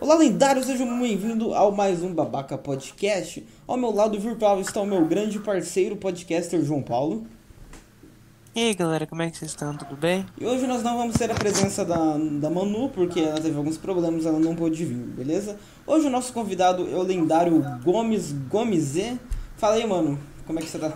Olá, lendário, seja muito bem-vindo ao mais um Babaca Podcast. Ao meu lado virtual está o meu grande parceiro podcaster João Paulo. E aí galera, como é que vocês estão? Tudo bem? E hoje nós não vamos ter a presença da Manu, porque ela teve alguns problemas, ela não pôde vir, beleza? Hoje o nosso convidado é o lendário Gomes E. Fala aí, mano, como é que você tá?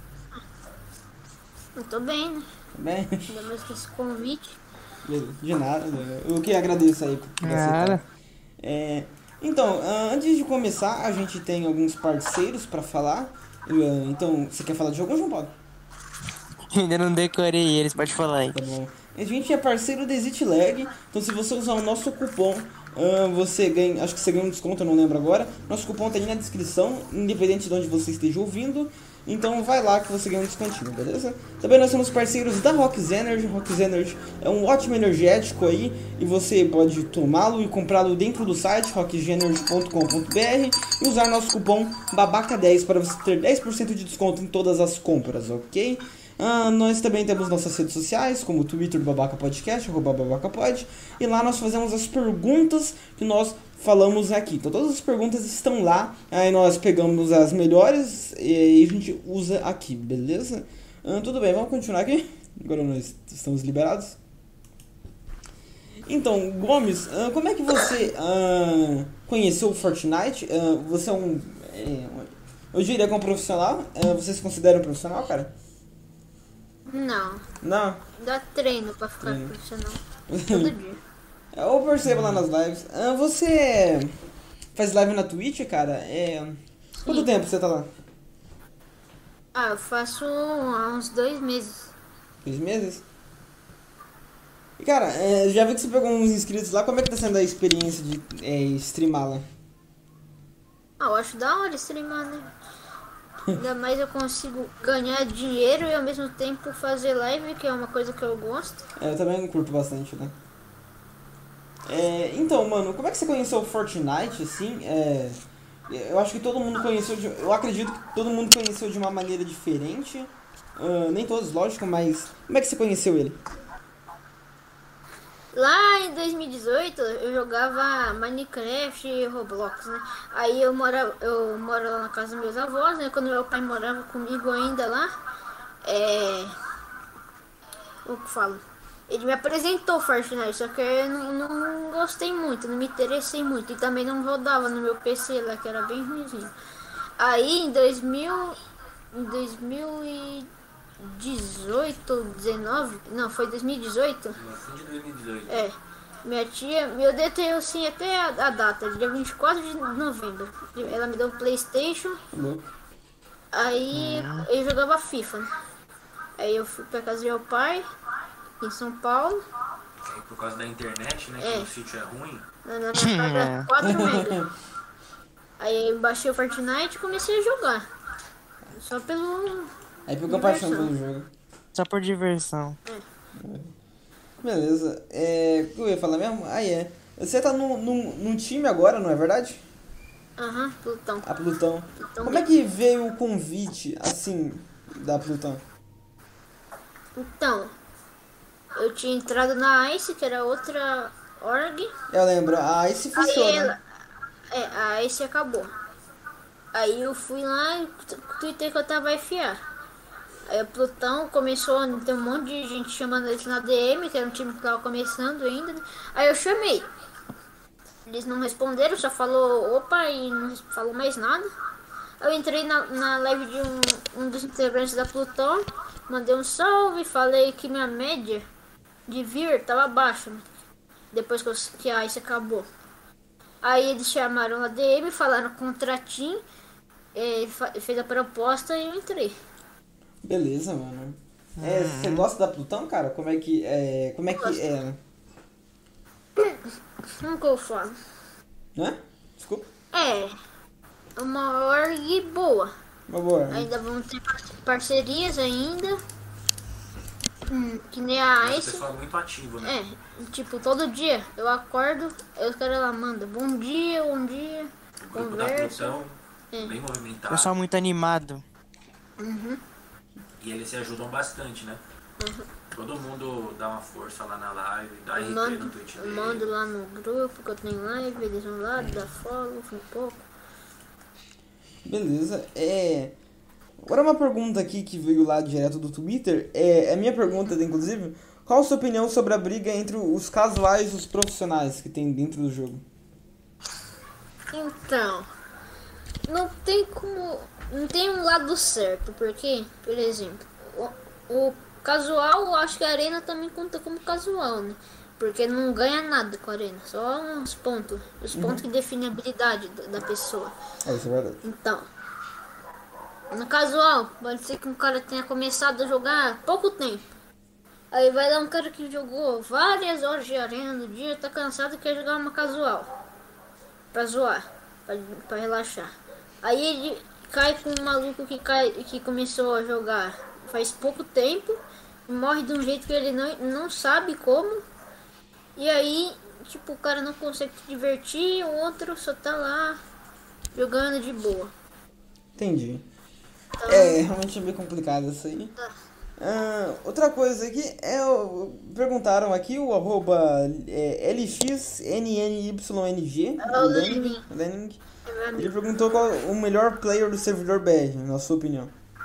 Eu tô bem, né? Tá bem? Ainda mais com esse convite. De nada, eu que agradeço aí por aceitar. Nada. Então, antes de começar, a gente tem alguns parceiros pra falar. Então, você quer falar de algum, João Paulo? Ainda não decorei eles, pode falar aí. Tá bom. A gente é parceiro da ExitLag, então se você usar o nosso cupom, você ganha, acho que você ganha um desconto, eu não lembro agora. Nosso cupom tá aí na descrição, independente de onde você esteja ouvindo. Então vai lá que você ganha um descontinho, beleza? Também nós somos parceiros da Rox Energy. Rox Energy é um ótimo energético aí e você pode tomá-lo e comprá-lo dentro do site roxenergy.com.br e usar nosso cupom BABACA10 para você ter 10% de desconto em todas as compras, ok? Nós também temos nossas redes sociais, como o Twitter do Babaca Podcast, @babacapod, e lá nós fazemos as perguntas que nós falamos aqui. Então todas as perguntas estão lá, aí nós pegamos as melhores e a gente usa aqui, beleza? Tudo bem, vamos continuar aqui? Agora nós estamos liberados. Então, Gomes, como é que você conheceu o Fortnite? Você é eu diria que é um profissional? Você se considera um profissional, cara? Não, Não? dá treino pra ficar profissional. Todo dia. Eu percebo lá nas lives. Você faz live na Twitch, cara? Quanto Sim. tempo você tá lá? Eu faço há uns 2 meses. 2 meses? E cara, já vi que você pegou uns inscritos lá. Como é que tá sendo a experiência de streamar lá? Eu acho da hora streamar, né? Ainda mais eu consigo ganhar dinheiro e ao mesmo tempo fazer live, que é uma coisa que eu gosto. Eu também curto bastante, né? Então, mano, como é que você conheceu o Fortnite, assim? Eu acho que todo mundo conheceu eu acredito que todo mundo conheceu de uma maneira diferente. Nem todos, lógico, mas como é que você conheceu ele? Lá em 2018 eu jogava Minecraft e Roblox, né? Aí eu moro lá na casa dos meus avós, né? Quando meu pai morava comigo ainda lá, o que falo? Ele me apresentou o Fortnite, só que eu não gostei muito, não me interessei muito. E também não rodava no meu PC lá, que era bem ruimzinho. Aí em 2018, 19, não, foi 2018. No fim de 2018. Minha tia, eu detenho assim até a data, dia 24 de novembro. Ela me deu um PlayStation, aí eu jogava FIFA, né? Aí eu fui pra casa do meu pai, em São Paulo. Aí por causa da internet, né? Que o sítio é ruim. Na minha casa 4 megas. Aí eu baixei o Fortnite e comecei a jogar. Só pelo. Aí pegou a paixão pelo jogo. Só por diversão. Beleza. O que eu ia falar mesmo? Você tá num time agora, não é verdade? Aham, Plutão. A Plutão. Plutão Como é que veio o convite, assim, da Plutão? Então, eu tinha entrado na ICE, que era outra org. Eu lembro, se Aí funciona. a ICE acabou. Aí eu fui lá e tuitei que eu tava FA. Aí o Plutão começou a ter um monte de gente chamando eles na DM, que era um time que tava começando ainda, né? Aí eu chamei. Eles não responderam, só falou opa e não falou mais nada. Eu entrei na live de um dos integrantes da Plutão, mandei um salve, falei que minha média de viewer tava baixa, né? Depois que a ICE acabou. Aí eles chamaram na DM, falaram contratinho, fez a proposta e eu entrei. Beleza, mano. Você gosta da Plutão, cara? Como é que é? Como que eu falo? Né? Desculpa. É uma org boa. Uma boa. Ainda vão ter parcerias ainda. Que nem a ICE. Pessoal muito ativo, né? Tipo, todo dia eu acordo, os caras lá mandam bom dia, O grupo da conversa. Plutão, bem movimentado. Pessoal muito animado. E eles se ajudam bastante, né? Todo mundo dá uma força lá na live, dá Eu RT mando, no Twitch eu dele. mando lá no grupo que eu tenho live, eles vão lá, dá follow, um pouco. Beleza. Agora uma pergunta aqui que veio lá direto do Twitter. A minha pergunta, inclusive, qual a sua opinião sobre a briga entre os casuais e os profissionais que tem dentro do jogo? Então, não tem como. Não tem um lado certo, porque, por exemplo, o casual, eu acho que a arena também conta como casual, né? Porque não ganha nada com a arena, só uns pontos. Os pontos que definem a habilidade da pessoa. Isso é verdade. Então, no casual, pode ser que um cara tenha começado a jogar há pouco tempo. Aí vai dar um cara que jogou várias horas de arena no dia, tá cansado e quer jogar uma casual. Pra zoar, pra relaxar. Aí ele cai com um maluco que começou a jogar faz pouco tempo, morre de um jeito que ele não sabe como. E aí, tipo, o cara não consegue se divertir, o outro só tá lá jogando de boa. Entendi. Então, Realmente é bem complicado isso aí. Outra coisa aqui perguntaram aqui o arroba LXNNYNG, o Lenin. Lenin. Ele perguntou qual o melhor player do servidor BR, na sua opinião.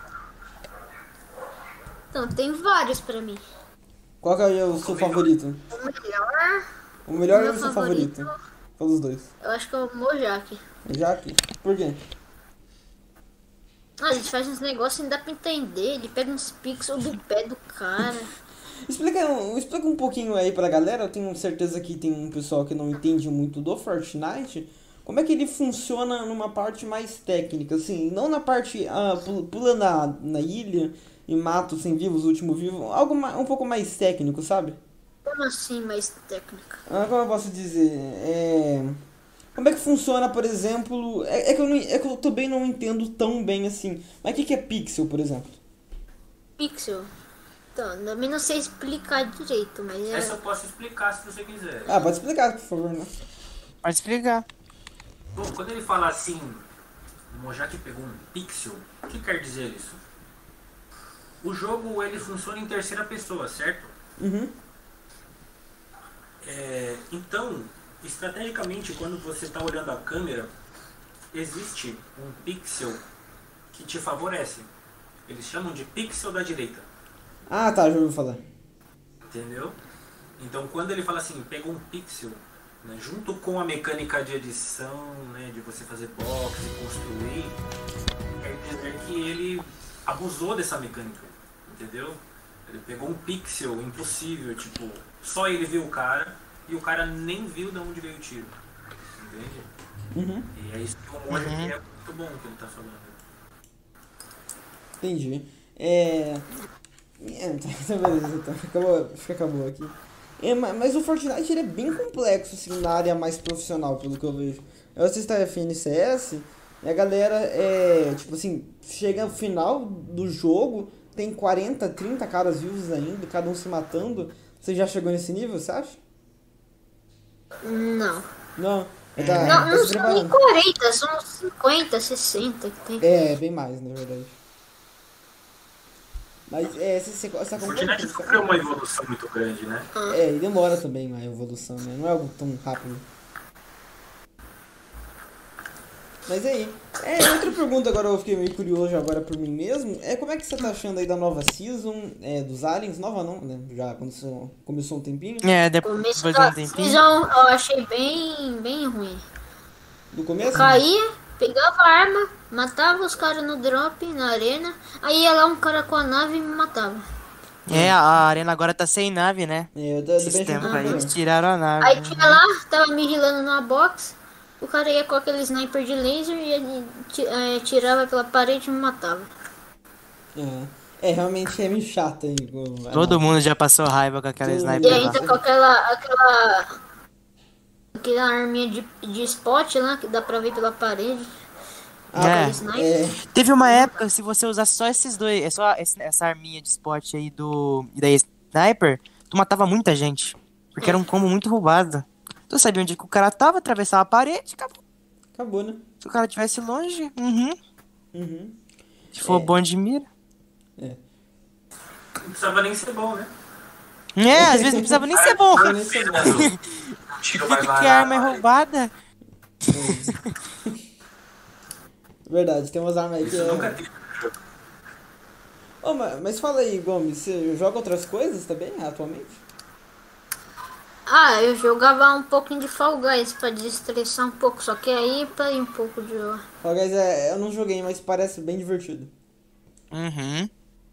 Então, tem vários pra mim. Qual que é o seu favorito? O melhor, O melhor meu e o seu favorito? Pelos dois. eu acho que é o Mojak. Jaque? Por quê? Ah, ele faz uns negócios e não dá pra entender. Ele pega uns pixels do pé do cara. Explica um pouquinho aí pra galera. Eu tenho certeza que tem um pessoal que não entende muito do Fortnite. Como é que ele funciona numa parte mais técnica, assim, não na parte pula na ilha e mata os sem vivos, o último vivo, algo um pouco mais técnico, sabe? Como assim, mais técnica? Como eu posso dizer? Como é que funciona, por exemplo? É que eu também não entendo tão bem assim. Mas o que é pixel, por exemplo? Pixel? Então, também não sei explicar direito, mas Essa eu posso explicar se você quiser. Pode explicar, por favor, né? Pode explicar. Bom, quando ele fala assim, o Mojak pegou um pixel, o que quer dizer isso? O jogo ele funciona em terceira pessoa, certo? Uhum. Então, estrategicamente, quando você está olhando a câmera, existe um pixel que te favorece. Eles chamam de pixel da direita. Tá, já ouvi falar. Entendeu? Então, quando ele fala assim, pegou um pixel, né, junto com a mecânica de edição, né, de você fazer box e construir, quer dizer que ele abusou dessa mecânica, entendeu? Ele pegou um pixel impossível, tipo, só ele viu o cara e o cara nem viu de onde veio o tiro, entende? Uhum. E é isso que o Mojak é muito bom que ele tá falando. Entendi. Então, beleza, então. Acho que acabou aqui. Mas o Fortnite ele é bem complexo, assim, na área mais profissional, pelo que eu vejo. Eu assisto a FNCS e a galera, tipo assim, chega no final do jogo, tem 40, 30 caras vivos ainda, cada um se matando. Você já chegou nesse nível, você acha? não. Não. Não são nem 40, são 50, 60 que tem. Bem mais, na verdade. Mas você O acompanha Fortnite sofreu uma evolução muito grande, né? E demora também a evolução, né? Não é algo tão rápido. Mas aí, outra pergunta agora, eu fiquei meio curioso agora por mim mesmo, como é que você tá achando aí da nova season, dos Aliens? Nova não, né? Já começou um tempinho. Começo Depois de da um tempinho. season eu achei bem ruim. Do começo? Caía, pegava a arma, matava os caras no drop, na arena, aí ia lá um cara com a nave e me matava. A arena agora tá sem nave, né? Esses tempos aí eles tiraram a nave. Aí tinha lá, tava me rilando numa box, o cara ia com aquele sniper de laser e ele tirava pela parede e me matava. Realmente é meio chato aí. Todo mundo já passou raiva com aquela E sniper lá. ainda com aquela arminha de spot lá, que dá pra ver pela parede. Aquele sniper. Teve uma época, se você usasse só esses dois, essa arminha de spot aí e daí sniper, tu matava muita gente. Porque era um combo muito roubado. Tu sabia onde que o cara tava, atravessava a parede, acabou. Acabou, né? Se o cara estivesse longe, Uhum. se for bom de mira. não precisava nem ser bom, né? Às vezes não precisava nem ser bom. Nem ser bom. Tiro mais Que barato, arma é né? roubada. Verdade, tem umas armas aí que Isso nunca é... teve. Ô, mas fala aí, Gomes, você joga outras coisas também, atualmente? Ah, eu jogava um pouquinho de Fall Guys pra desestressar um pouco, só que aí parei um pouco de jogar. Fall Guys, eu não joguei, mas parece bem divertido. Uhum.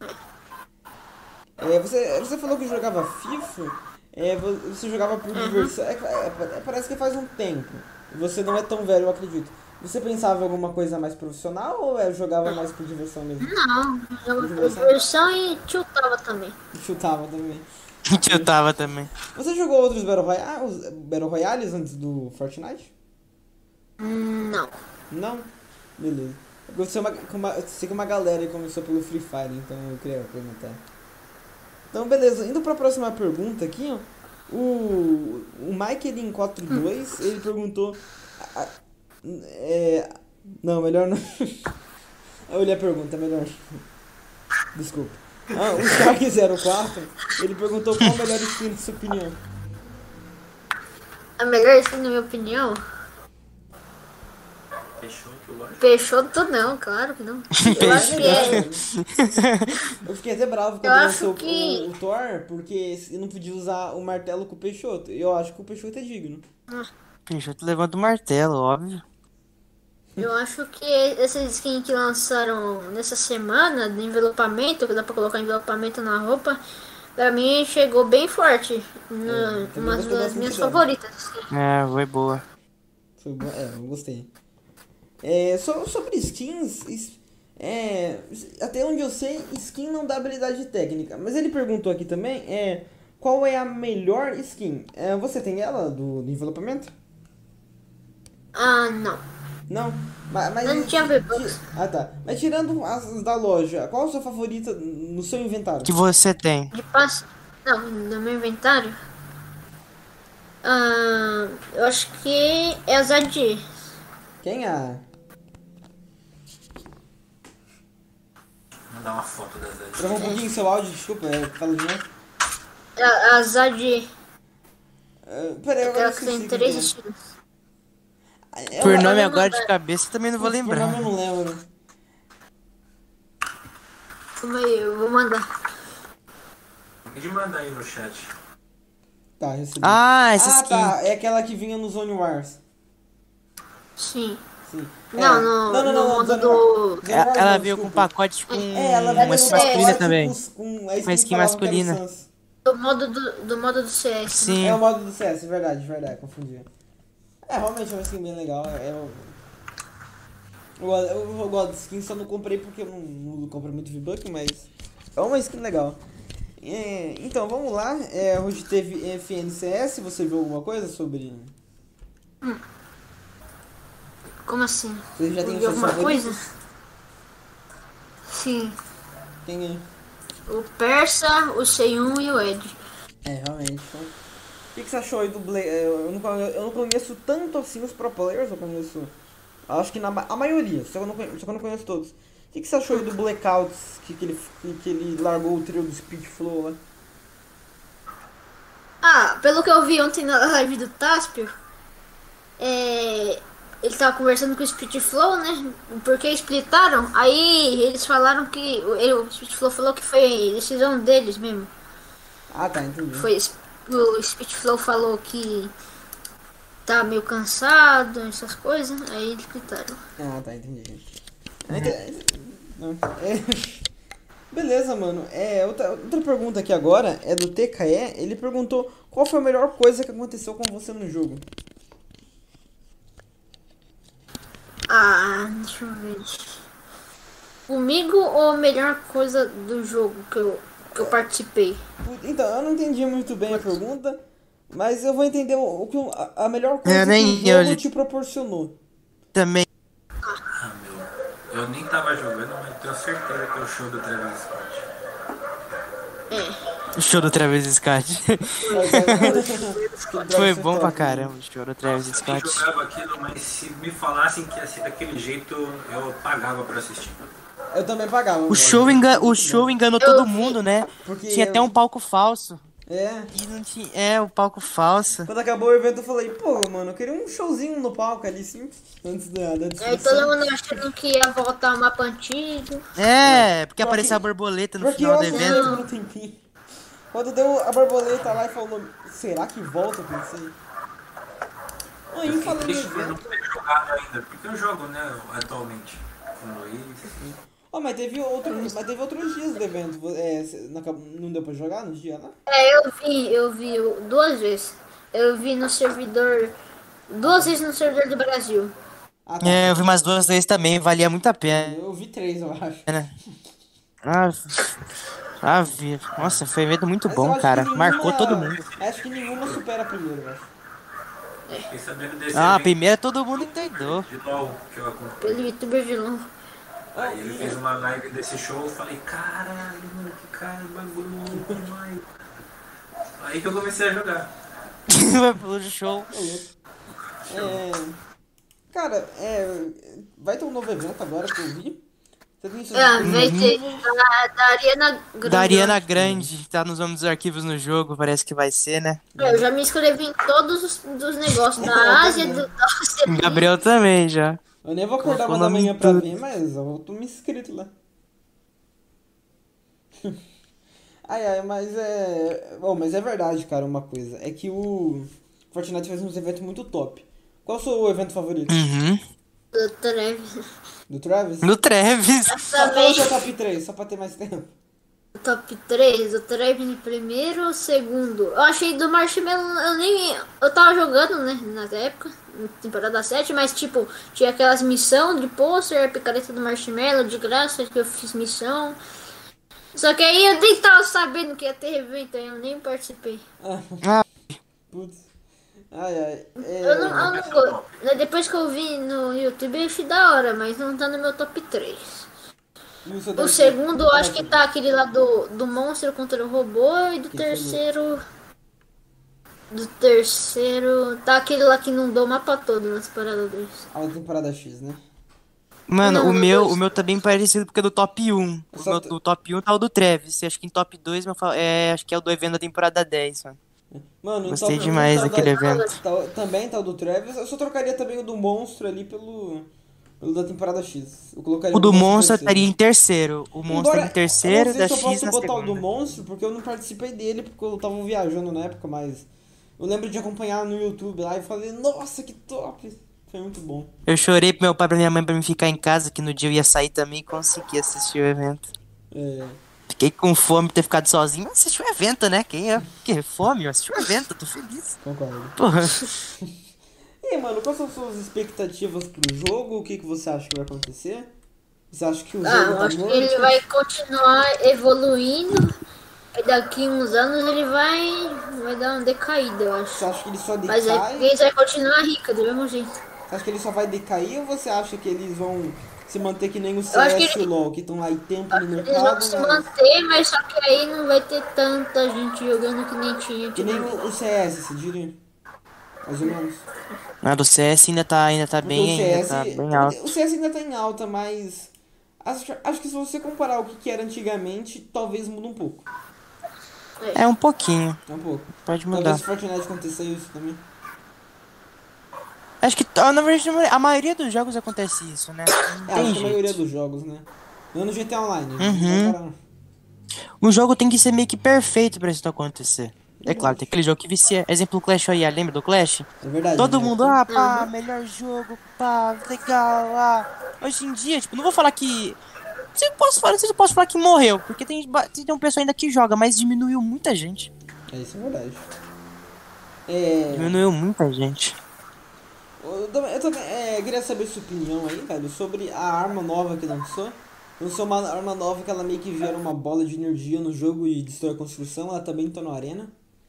Você falou que jogava FIFA, você jogava por diversão, parece que faz um tempo. Você não é tão velho, eu acredito. Você pensava em alguma coisa mais profissional ou jogava mais por diversão mesmo? Não, jogava por Diversão? diversão e tiltava também. Chutava também. Eu tava também. Você jogou outros Battle Royales antes do Fortnite? Não. Não? Beleza. Eu sei que uma galera começou pelo Free Fire, então eu queria perguntar. Então, beleza. Indo pra próxima pergunta aqui, ó. O Mike ele em 42, ele perguntou... não, melhor não. Eu olhei a pergunta, melhor. Desculpa. O Shark04, ele perguntou qual a melhor skin na sua opinião. A melhor skin, na minha opinião, Fechou que lógico. Peixoto não, claro que não. Eu acho que é. Eu fiquei até bravo quando Eu acho lançou que- o Thor, porque eu não podia usar o martelo com o Peixoto. E eu acho que o Peixoto é digno. Peixoto levanta o martelo, óbvio. Eu acho que essas skins que lançaram nessa semana de envelopamento, que dá pra colocar envelopamento na roupa, pra mim chegou bem forte. também Uma gostei das bastante minhas dela. favoritas. Assim. Foi boa. Foi bom, eu gostei. Sobre skins, até onde eu sei, skin não dá habilidade técnica. Mas ele perguntou aqui também, qual é a melhor skin? Você tem ela do envelopamento? Ah, não. Não? Mas Eu não tinha V-Bucks. Ah, tá. Mas tirando as da loja, qual a sua favorita no seu inventário? Que você tem. De passo. Não, no meu inventário. Eu acho que é a Zadie. Quem a... Mandar uma foto das Travou um pouquinho seu áudio, desculpa, fala de novo. A Zadie. Peraí, agora eu Aquela que tem esqueci 3 quem é. estilos. Por Eu- nome eu- agora de cabeça também não vou Por lembrar. nome eu não lembro. Calma aí, eu vou mandar. Pode mandar aí no chat. Tá, recebi. Essa skin. Tá, é aquela que vinha no Zone Wars. Sim. Sim. Não, no modo Zone do. Wars. Zone Wars Ela não, veio com um desculpa. pacote com Ela veio uma com skin um masculina pacote também. com a Uma skin que falava que era o masculina. Sans. Do modo do CS. Sim. É o modo do CS, verdade, confundi. Realmente é uma skin bem legal. Eu gosto de skin, só não comprei porque eu não comprei muito V-Buck, mas é uma skin legal. Então, vamos lá. Hoje teve FNCS, você viu alguma coisa sobre... Como assim? Você já tem Viu os seus alguma favoritos? coisa? Sim. Quem é? O Persa, o C1 e o Ed. Realmente. O que você achou aí do Blake? Eu não conheço tanto assim os pro players, eu conheço... Acho que a maioria, só que eu não conheço todos. O que você achou aí do Blackouts, que ele largou o trio do Speed Flow lá? Pelo que eu vi ontem na live do Taspio, ele tava conversando com o Speed Flow, né? Porque splitaram, aí eles falaram que o Speed Flow falou que foi decisão deles mesmo. Ah, tá, entendi. O Speed Flow falou que tá meio cansado, essas coisas, aí eles splitaram. Ah, tá, entendi. Não. Beleza, mano. Outra pergunta aqui agora é do TKE. Ele perguntou qual foi a melhor coisa que aconteceu com você no jogo. Deixa eu ver. Comigo ou a melhor coisa do jogo que eu participei? Então, eu não entendi muito bem a pergunta, mas eu vou entender a melhor coisa nem que o eu jogo li- te proporcionou. Também. Eu nem tava jogando, mas tenho certeza que é o show do Travis Scott. O show do Travis Scott. Foi bom pra caramba o show do Travis Eu Scott. jogava aquilo, mas se me falassem que ia ser daquele jeito, eu pagava pra assistir. Eu também pagava. O velho. show enganou Eu todo vi. mundo, né? Porque Tinha até um palco falso. É. E não tinha. É, o palco falso. Quando acabou o evento eu falei, pô, mano, eu queria um showzinho no palco ali, simples, antes da Aí todo descrição. mundo achando que ia voltar o mapa antigo. É, porque Só apareceu a que- borboleta no Porque final eu do assustei evento. por um tempinho. Quando deu a borboleta lá e falou, será que volta? Eu pensei. Aí Eu fiquei falando triste do por não evento. ter jogado ainda, porque eu jogo, né, atualmente com o Luiz. Ó, mas teve outros dias do evento. Não deu pra jogar no dia lá? Eu vi 2 vezes. Eu vi no servidor. 2 vezes no servidor do Brasil. Ah, tá. É, eu vi umas 2 vezes também, valia muito a pena. Eu vi 3, eu acho. Nossa, foi um evento muito Mas eu bom, acho que cara. nenhuma- Marcou todo mundo. Acho que nenhuma supera a primeira, eu acho. Fiquei sabendo desse Ah, a evento primeira todo mundo endoidou. de LOL que eu acompanho. Pelo youtuber de novo. Aí ele fez uma live desse show, eu falei, caralho, mano, que cara, bagulho louco demais. Aí que eu comecei a jogar. Vai pro show. É, cara, vai ter um novo evento agora que eu vi. Você tem seus Vai ter da Ariana Grande. Da Ariana Grande, tá nos nomes dos arquivos no jogo, parece que vai ser, né? Eu já me inscrevi em todos dos negócios da Ásia, da O Oceania. Gabriel também já. Eu nem vou acordar Colocou uma da o nome manhã em pra tudo. ver, mas eu tô me inscrito lá. Ai, mas é. Bom, mas é verdade, cara, uma coisa. É que o Fortnite faz uns eventos muito top. Qual o seu evento favorito? Uhum. Do Travis. Do Travis? No Travis. Qual é o Também. seu top 3, só pra ter mais tempo? Top 3, o Travis em primeiro, o segundo. Eu achei do Marshmallow, eu tava jogando, né, na época, na temporada 7, mas tipo, tinha aquelas missões de pôster, a picareta do Marshmallow, de graça, que eu fiz missão. Só que aí eu nem tava sabendo que ia ter evento, aí eu nem participei. Ah, Putz. Ai. Eu não depois que eu vi no YouTube, eu achei da hora, mas não tá no meu top 3. E seu O top- segundo, eu acho que tá aquele lá do monstro contra o robô, e do Que terceiro... Do terceiro, tá aquele lá que não deu o mapa todo nas paradas deles. A temporada X, né? mano, Não, o no meu, dois. o meu tá bem parecido porque é do top 1. Só O top 1 tá o do Travis. Acho que em top 2, acho que é o do evento da temporada 10, mano. Mano, Gostei top um demais tá o daquele evento. Também tá o do Travis. Eu só trocaria também o do Monstro ali pelo da temporada X. Eu colocaria O do em Monstro terceiro. estaria em terceiro. O Monstro Embora, em terceiro, eu não da sei se eu X posso na botar o do segunda. Monstro, porque eu não participei dele, porque eu tava viajando na época, mas eu lembro de acompanhar no YouTube lá e falei, nossa, que top! Foi muito bom. Eu chorei pro meu pai e pra minha mãe pra me ficar em casa, que no dia eu ia sair também e consegui assistir o evento. É, Fiquei com fome de ter ficado sozinho, mas assisti o evento, né? Que fome? Eu assisti o evento, tô feliz. concordo. Porra. E aí, mano, quais são suas expectativas pro jogo? O que você acha que vai acontecer? Você acha que o jogo Eu tá acho que morto? ele vai continuar evoluindo. E daqui uns anos ele vai dar uma decaída, eu acho. Você acha que ele só Mas decai? aí eles vai continuar rica, do mesmo jeito. Você acha que ele só vai decair ou você acha que eles vão se manter que nem o acho CS que e o LoL, que estão lá em tempo no Eles vão mercado, se mas... manter, mas só que aí não vai ter tanta gente jogando que nem tinha. Que nem o CS, você diria? Mais ou menos. A do CS ainda tá Porque bem, o ainda CS... tá bem alto. O CS ainda tá em alta, mas... Acho que se você comparar o que era antigamente, talvez muda um pouco. É um pouquinho, Um pouco. pode Talvez mudar. o Fortnite aconteça isso também. Acho que, na verdade, a maioria dos jogos acontece isso, né? Não tem Acho que a maioria jeito. dos jogos, né? Não no GTA Online. Uhum. Não comparar. O jogo tem que ser meio que perfeito pra isso acontecer. É claro, tem aquele jogo que vicia. Exemplo, Clash Royale, lembra do Clash? É verdade. Todo né? mundo, pá, melhor jogo, pá, legal, Hoje em dia, tipo, não vou falar que... Não sei se eu posso falar que morreu, porque tem um pessoal ainda que joga, mas diminuiu muita gente. Isso é verdade. Diminuiu muita gente. Eu também queria saber sua opinião aí, velho, sobre a arma nova que lançou. Lançou uma arma nova que ela meio que gera uma bola de energia no jogo e destrói a construção. Ela também tá na arena.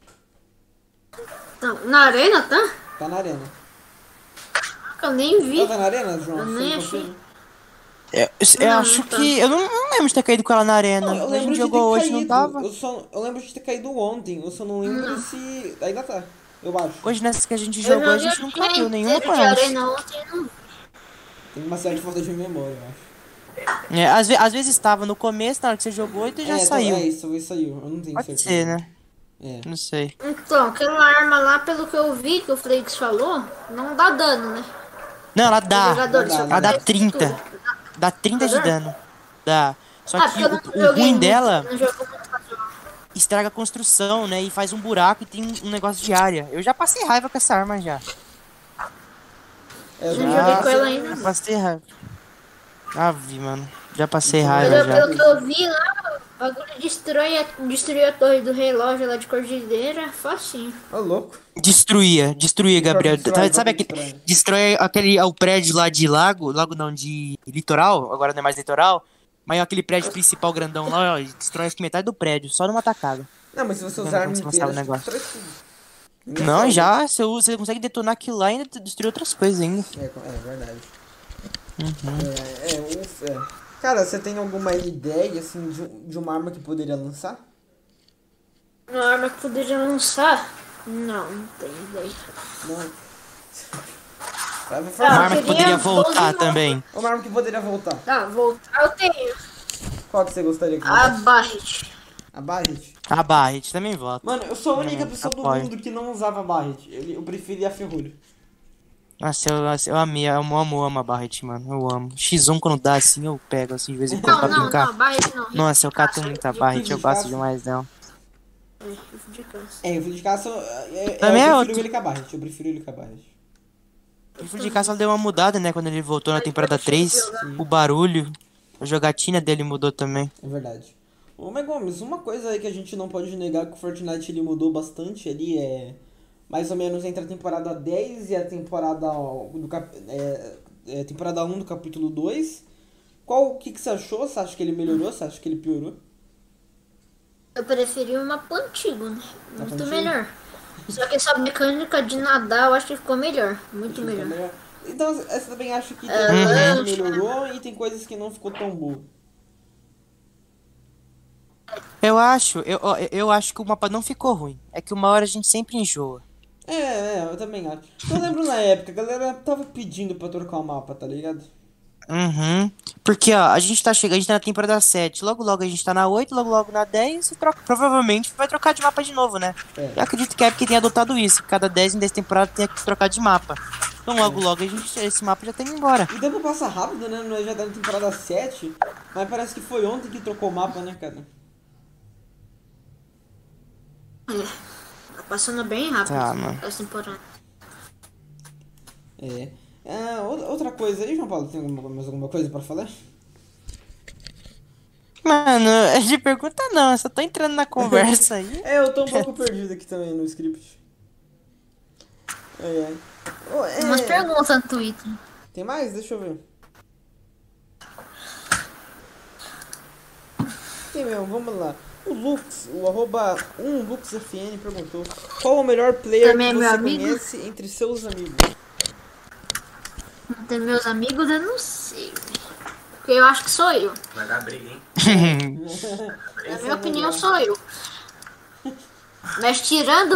Não, na arena, tá? Tá na arena. Eu nem vi. Ela tá na arena, João? Eu Você nem não achei. confia? Eu Não, acho não tá. que... Eu não lembro de ter caído com ela na arena. Não, eu A lembro gente de jogou ter hoje, caído. não tava? Eu lembro de ter caído ontem. Eu só não lembro se... Ainda tá, eu acho. Hoje nessa que a gente Eu jogou, a joguei gente não o caiu dia nenhuma inteiro com de elas. arena ontem e não vi. Tem uma série de falta de memória, eu acho. Às vezes estava no começo, na hora que você jogou, e tu já saiu. Isso saiu. Eu não tenho Pode certeza. ser, né? É. Não sei. Então, aquela arma lá, pelo que eu vi, que o Flakes falou, não dá dano, né? Não, ela Os dá. jogadores, dá, só Ela dá que 30. Dá 30 de Tá dano. Dá. Só Ah, que porque eu não o joguei ruim muito, dela não jogo muito casual. estraga a construção, né? E faz um buraco e tem um negócio de área. Eu já passei raiva com essa arma já. É, eu Não também joguei com passei- ela ainda. Já passei raiva. Ave, mano. Já passei Então, raiva Mas já. pelo que eu vi lá, o bagulho destruiu a torre do relógio lá de Cordilheira, facinho. Ô, louco. Destruía, Gabriel. Destrói, Sabe como aquele. destrói? Destrói aquele o prédio lá de lago não, de litoral, agora não é mais litoral. Mas aquele prédio principal grandão lá, ó, destrói acho que metade do prédio, só numa tacada. Não, mas se você Não, usar a como arma se mostrava inteira, o acho que negócio. destrói tudo. Ninguém Não, sabe. já, você consegue detonar aquilo lá e ainda destruir outras coisas ainda. É verdade. Uhum. Cara, você tem alguma ideia, assim, de uma arma que poderia lançar? Uma arma que poderia lançar? Não tenho ideia. Não. Ah, Uma arma que queria poderia 12 voltar novos. também. Uma arma que poderia voltar. Tá, voltar eu tenho. Qual que você gostaria que A voltasse? Barret. A Barret? A Barret também volta. Mano, eu sou a única pessoa do apoio. mundo que não usava a Barret. Eu preferia a Ferrolho. Nossa, eu amei, eu amo a Barret, mano. Eu amo. X1 quando dá assim, eu pego assim de vez em quando pra Não, brincar. Barret não. Nossa, eu cato muita Barret, eu gosto Rifle demais dela. Rifle de caça. Rifle de caça, Também é eu prefiro outro. ele com a Barret. Eu prefiro ele com a Barret. O Rifle de caça ela deu uma mudada, né, quando ele voltou na temporada 3. O barulho, a jogatina dele mudou também. É verdade. Ô, mas Gomes, uma coisa aí que a gente não pode negar que o Fortnite ele mudou bastante ali é mais ou menos entre a temporada 10 e a temporada temporada 1 do capítulo 2. O que você achou? Você acha que ele melhorou? Você acha que ele piorou? Eu preferi o mapa antigo, né? Muito antigo? melhor. Só que essa mecânica de nadar eu acho que ficou melhor. Muito Ficou melhor. melhor? Então, você também acha que tem Uhum. coisas que melhorou e tem coisas que não ficou tão boa? Eu acho que o mapa não ficou ruim. É que uma hora a gente sempre enjoa. Eu também acho. Eu lembro na época, a galera tava pedindo pra trocar o mapa, tá ligado? Uhum. Porque, ó, a gente tá na temporada 7. Logo logo a gente tá na 8, logo na 10 e provavelmente vai trocar de mapa de novo, né? É. Eu acredito que a Epic tenha adotado isso. Cada 10 em 10 temporadas tem que trocar de mapa. Então logo esse mapa já tá indo embora. E o tempo passa rápido, né? Nós já tá na temporada 7, mas parece que foi ontem que trocou o mapa, né, cara? Tá passando bem rápido Tá, mano. essa temporada. Outra coisa aí, João Paulo, tem mais alguma coisa pra falar? Mano, de pergunta não, eu só tô entrando na conversa aí. Eu tô um pouco perdido aqui também no script. Umas perguntas no Twitter. Tem mais? Deixa eu ver. Tem mesmo, vamos lá. O Lux, o @LuxFN perguntou: qual o melhor player Também é que meu você amigo? conhece entre seus amigos? Entre meus amigos eu não sei. Porque eu acho que sou eu. Vai dar briga, hein? Na minha opinião sou eu. Mas tirando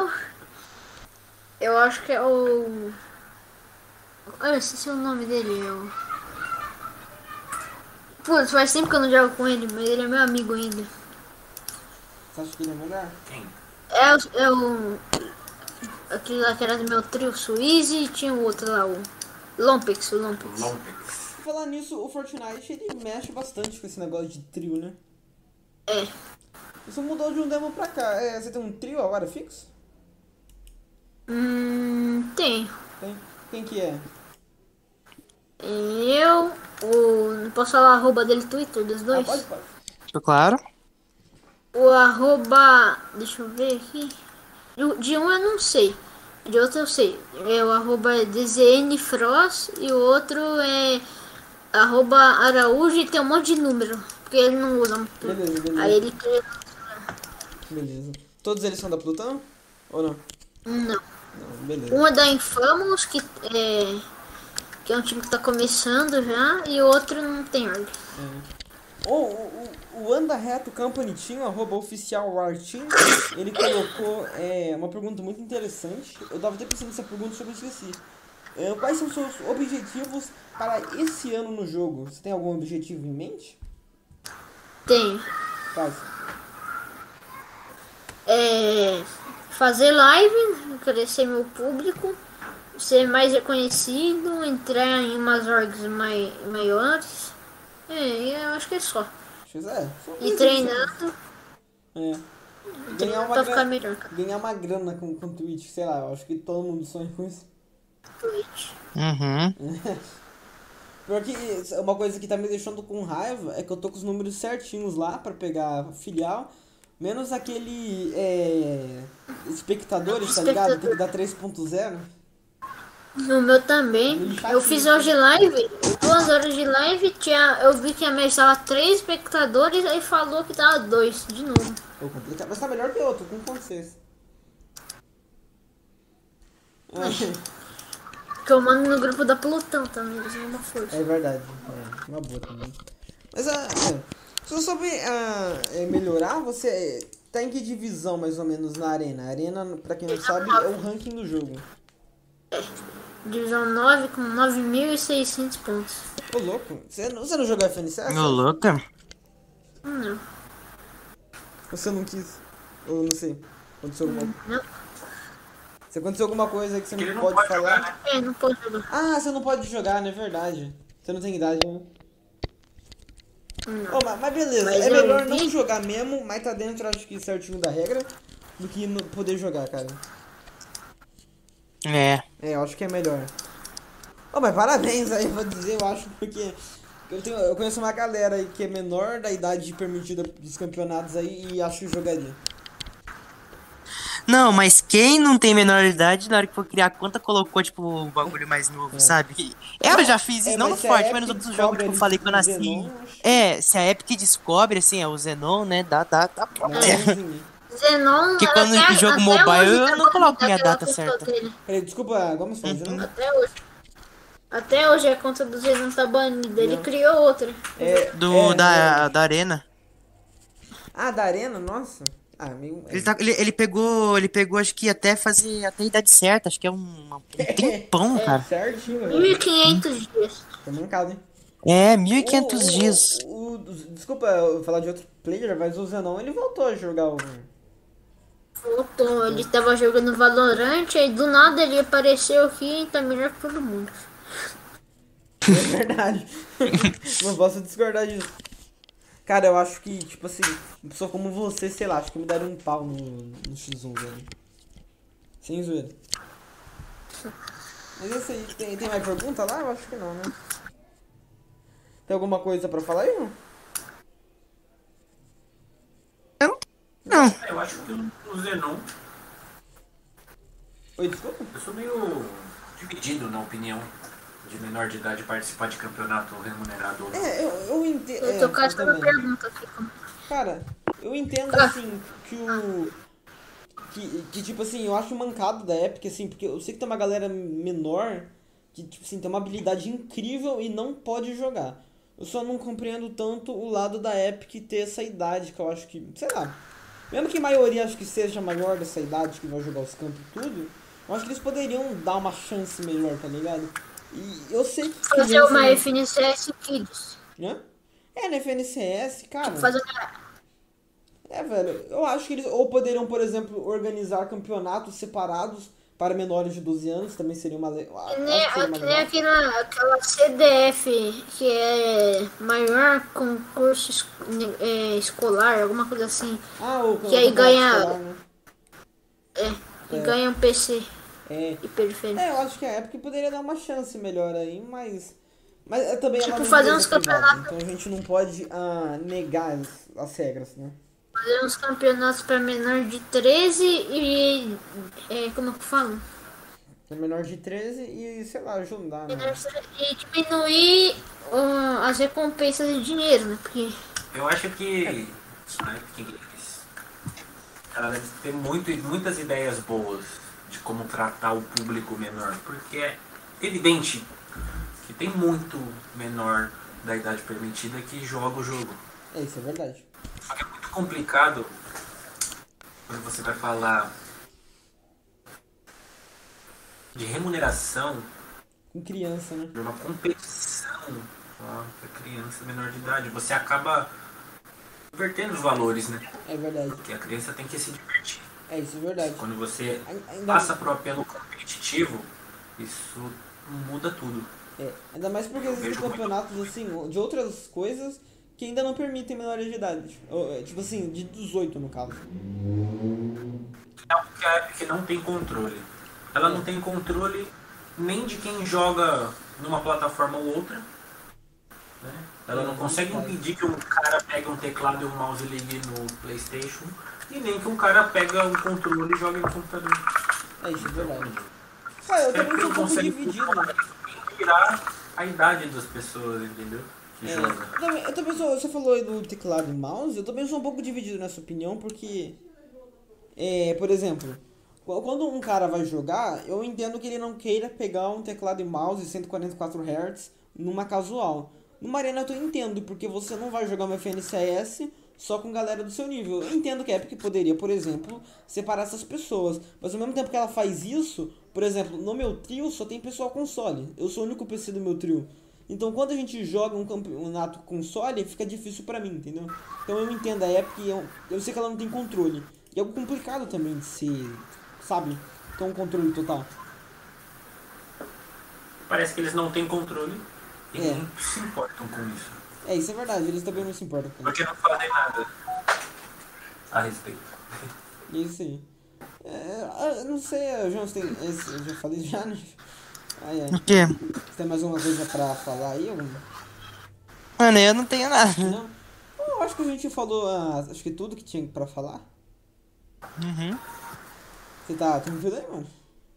eu acho que é o. Eu esqueci o nome dele. Putz, faz tempo que eu não jogo com ele, mas ele é meu amigo ainda. Você acha que ele é melhor? Quem? Aquele lá que era do meu trio, Suíze, e tinha o outro lá, o Lompex. Lompex. Por falar nisso, o Fortnite ele mexe bastante com esse negócio de trio, né? É. Isso mudou de um demo pra cá. Você tem um trio agora fixo? Tem. Tem? Quem que é? Não posso falar o arroba dele no Twitter, dos dois? Pode. Claro. O arroba. Deixa eu ver aqui. De um eu não sei. De outro eu sei. O arroba é DZNFrost e o outro é arroba Araújo e tem um monte de número. Porque ele não usa muito. Beleza. Aí ele quer. Beleza. Todos eles são da Plutão? Ou não? Não. Não, beleza. Um é da Infamous, que é um time que tá começando já, e o outro não tem ordem. O Anda Reto Company Team, @oficial War Team, ele colocou uma pergunta muito interessante. Eu tava até pensando nessa pergunta, só que eu esqueci. Quais são os seus objetivos para esse ano no jogo? Você tem algum objetivo em mente? Tenho. Quais? Fazer live, crescer meu público, ser mais reconhecido, entrar em umas orgs maiores. Eu acho que é só. São E objetivos. treinando Ganhar uma pra ficar grana, melhor, cara. ganhar uma grana com Twitch, sei lá, eu acho que todo mundo sonha com isso. Twitch. Uhum. Pior que uma coisa que tá me deixando com raiva é que eu tô com os números certinhos lá pra pegar filial, menos aquele espectadores, tá ligado? Tem que dar 3.0. No meu também. Eu fiz hoje live, 2 horas de live, eu vi que a média estava 3 espectadores, aí falou que tava 2 de novo. Tô complicado, mas tá melhor que eu, tô com 1.6. Que eu mando no grupo da Plutão também, eles dão uma força. É verdade, uma boa também. Mas se você souber melhorar, você tá em que divisão mais ou menos na arena? A arena, pra quem não sabe, é o ranking do jogo. Divisão 9 com 9.600 pontos. Ô louco, você não jogou FNCS? Ô, louca. Não. Você não quis? Ou não sei. Aconteceu alguma coisa? Não. Se aconteceu alguma coisa que você Ele não não pode pode falar. jogar, né? Não pode jogar. Ah, você não pode jogar, não é verdade. Você não tem idade, né? Não. Oh, mas beleza, Mas é eu melhor vi. não jogar mesmo, mas tá dentro, acho que certinho da regra, do que poder jogar, cara. Eu acho que é melhor. Oh, mas parabéns aí, vou dizer, eu acho, porque eu conheço uma galera aí que é menor da idade permitida dos campeonatos aí e acho que jogaria. Não, mas quem não tem menor idade, na hora que for criar conta, colocou, tipo, o bagulho mais novo, sabe? Eu já fiz isso, não no mas se a Forte, mas nos Epic outros jogos, tipo, eu falei que eu nasci. descobre ali o Zenon, Se a Epic descobre, assim, o Zenon, né, dá. não, Zenon, Porque quando em jogo até mobile hoje eu tá não coloco minha daquela data pessoa certa. dele. Peraí, desculpa, vamos fazer, não? Até hoje. Até hoje a conta do Zenon tá banida. Ele Não. criou outra. Da Arena. Ah, da Arena? Nossa. Ah, meio... Ele pegou, acho que até fazer até a idade certa, acho que é um tempão, cara. Certinho, velho. 1.500 dias. Tá mancado, hein? 1.500 dias. Desculpa eu falar de outro player, mas o Zenon, ele voltou a jogar o... Voltou, ele tava jogando Valorant, aí do nada ele apareceu aqui e tá melhor que todo mundo. É verdade. Não posso discordar disso. Cara, eu acho que, tipo assim, uma pessoa como você, sei lá, acho que me daria um pau no X1, velho. Sem zoeira. Mas esse aí, tem mais pergunta lá? Eu acho que não, né? Tem alguma coisa pra falar aí, não? Não. Eu acho que o Zenon, Oi, desculpa? eu sou meio dividido na opinião de menor de idade participar de campeonato remunerado ou não. Eu entendo. Eu tô com essa também. pergunta aqui. Cara, eu entendo assim que tipo assim, eu acho mancado da Epic, assim, porque eu sei que tem uma galera menor que, tipo assim, tem uma habilidade incrível e não pode jogar. Eu só não compreendo tanto o lado da Epic ter essa idade, que eu acho que, sei lá, mesmo que a maioria acho que seja maior dessa idade que vai jogar os campos e tudo, eu acho que eles poderiam dar uma chance melhor, tá ligado? E eu sei que Fazer criança uma não- FNCS Kids. Né? Na FNCS, cara. Fazer Velho, eu acho que eles ou poderiam, por exemplo, organizar campeonatos separados para menores de 12 anos, também seria uma legal. que nem aquela CDF, que é maior concurso escolar, alguma coisa assim. O Que aí campeonato ganha- escolar, né? E ganha um PC É. e periférico. Eu acho que a Epic poderia dar uma chance melhor aí, mas também Tipo, ela não fazer é uns privada, campeonatos. então a gente não pode negar as regras, né? Fazer uns campeonatos para menor de 13 e. Como que fala? É menor de 13 e, sei lá, ajudar, né? E diminuir as recompensas de dinheiro, né? Porque Eu acho que né, ela deve ter muitas ideias boas de como tratar o público menor, porque é evidente que tem muito menor da idade permitida que joga o jogo. Isso é verdade. Só que é muito complicado quando você vai falar de remuneração com criança, né? É uma competição para criança menor de idade. Você acaba invertendo os valores, né? É verdade. Porque a criança tem que se divertir. É, isso é verdade. Quando você Ainda, passa pro apelo competitivo, isso muda tudo. ainda mais porque existem vejo muito. campeonatos, assim, de outras coisas que ainda não permitem menores de idade. Tipo assim, de 18 no caso. É algo que a Epic não tem controle. Ela não tem controle nem de quem joga numa plataforma ou outra. Né? Ela não consegue impedir que um cara pegue um teclado e um mouse e ligue no PlayStation, e nem que um cara pega um controle e jogue no computador. É, isso é verdade. Eu também sou um pouco dividido. Tirar a idade das pessoas, entendeu? Que joga. Eu também sou, você falou aí do teclado e mouse, eu também sou um pouco dividido nessa opinião, porque, por exemplo, quando um cara vai jogar, eu entendo que ele não queira pegar um teclado e mouse 144 Hz numa casual. Numa arena eu entendo, porque você não vai jogar uma FNCS só com galera do seu nível. Eu entendo que a Epic poderia, por exemplo, separar essas pessoas, mas ao mesmo tempo que ela faz isso, por exemplo, no meu trio só tem pessoal console. Eu sou o único PC do meu trio. Então quando a gente joga um campeonato console, fica difícil pra mim, entendeu? Então eu entendo a Epic, eu sei que ela não tem controle. E é algo complicado também de se, sabe, ter um controle total. Parece que eles não têm controle e nem se importam com isso. Isso é verdade, eles também não se importam com isso. Porque não fazem nada a respeito. Isso aí. Não sei, João, você tem, eu já falei já, né? O quê? Você tem mais alguma coisa pra falar aí? Mano, eu não tenho nada. Não? Eu acho que a gente falou, acho que tudo que tinha pra falar. Uhum. Você tá tranquilo aí, mano?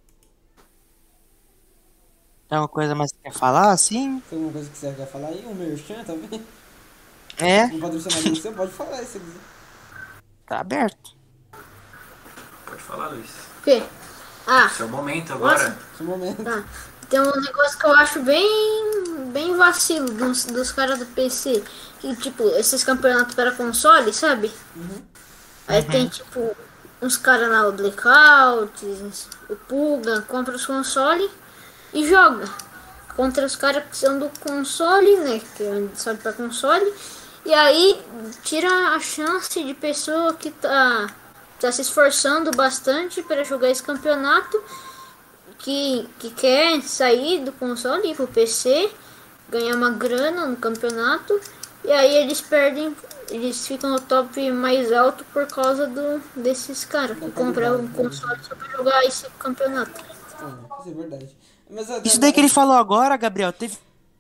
Tem alguma coisa mais que quer falar, assim? Tem alguma coisa que você quer falar aí? Um merchan também? É, Um patrocinador seu pode falar aí se você quiser. tá aberto. Pode falar, Luiz. O quê? Ah, Seu momento agora. Esse momento. tá. Tem um negócio que eu acho bem vacilo dos caras do PC. Que, tipo, esses campeonatos para console, sabe? Aí tem, tipo, uns caras lá, o Blackout, o Puga, compra os consoles e joga. Contra os caras que são do console, né? Que é só para console. E aí tira a chance de pessoa que tá se esforçando bastante para jogar esse campeonato. Que quer sair do console e ir pro PC, ganhar uma grana no campeonato, e aí eles perdem, eles ficam no top mais alto por causa desses caras que compram um console só pra jogar esse campeonato. Isso é verdade. Mas, Isso daí que ele falou agora, Gabriel, teve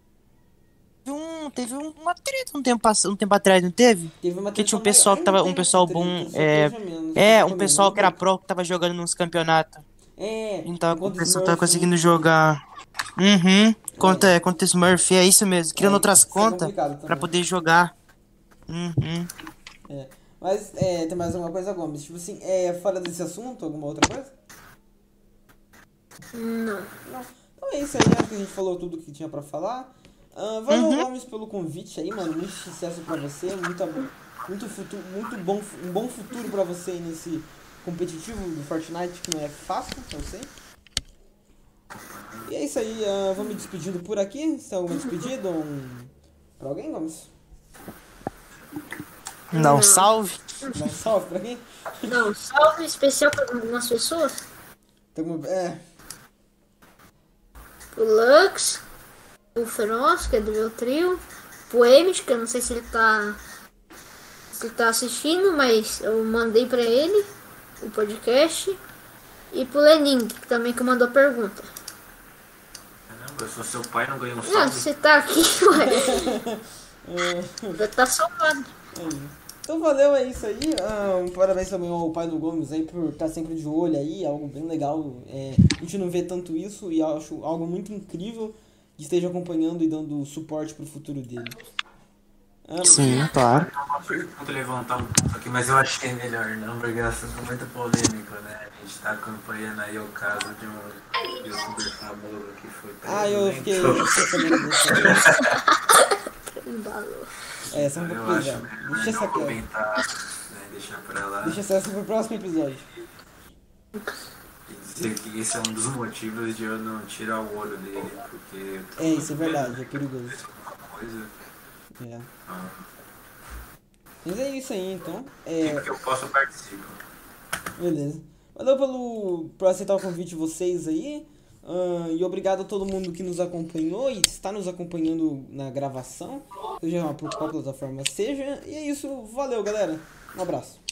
uma treta um tempo atrás, não teve? Teve uma Que tinha um treta, pessoal que tava, um tem pessoal essa bom, treta, só que hoje menos, um pessoal que era pro que tava jogando nos campeonatos. Então o enquanto pessoal Smurf, tava conseguindo jogar. Contra Smurf, é isso mesmo. Criando outras isso é contas complicado também. pra poder jogar. Mas tem mais alguma coisa, Gomes? Tipo assim, fora desse assunto, alguma outra coisa? Não. Então é isso aí, acho que a gente falou tudo que tinha pra falar. Valeu, Gomes, pelo convite aí, mano. Muito sucesso pra você, um bom futuro pra você aí nesse competitivo do Fortnite, que não é fácil, eu sei. E é isso aí, vou me despedindo por aqui. Se tem alguma despedida pra alguém, Gomes? Não, salve. Dá um salve pra alguém? Não, salve especial para algumas pessoas. Tem alguma... O Lux, o Feroz, que é do meu trio, o Emit, que eu não sei se ele tá assistindo, mas eu mandei pra ele o podcast, e pro Lenin, que também que mandou pergunta. Caramba, eu sou seu pai, não ganhei um Não, salve. você tá aqui, ué. Já tá salvado. Então valeu, é isso aí. Parabéns também ao pai do Gomes aí por estar sempre de olho aí, algo bem legal. A gente não vê tanto isso e acho algo muito incrível que esteja acompanhando e dando suporte pro futuro dele. Sim, claro. Vou levantar um pouco aqui, mas eu achei melhor não, porque é um assunto muito polêmico, né? A gente tá acompanhando aí o caso de um youtuber famoso que foi preso. Eu fiquei sabendo disso. Embalou. São um Eu pouco acho pesado. melhor Deixa não essa quieto. comentar, né? Deixar pra lá. Deixa essa pro próximo episódio. E sei que esse é um dos motivos de eu não tirar o olho dele, porque... Isso é verdade, é perigoso. Alguma coisa. É. Ah, Mas é isso aí, então. sempre que eu posso, eu participo. Beleza. Valeu por aceitar o convite de vocês aí. E obrigado a todo mundo que nos acompanhou e está nos acompanhando na gravação, seja por qual plataforma seja. E é isso, valeu galera, um abraço.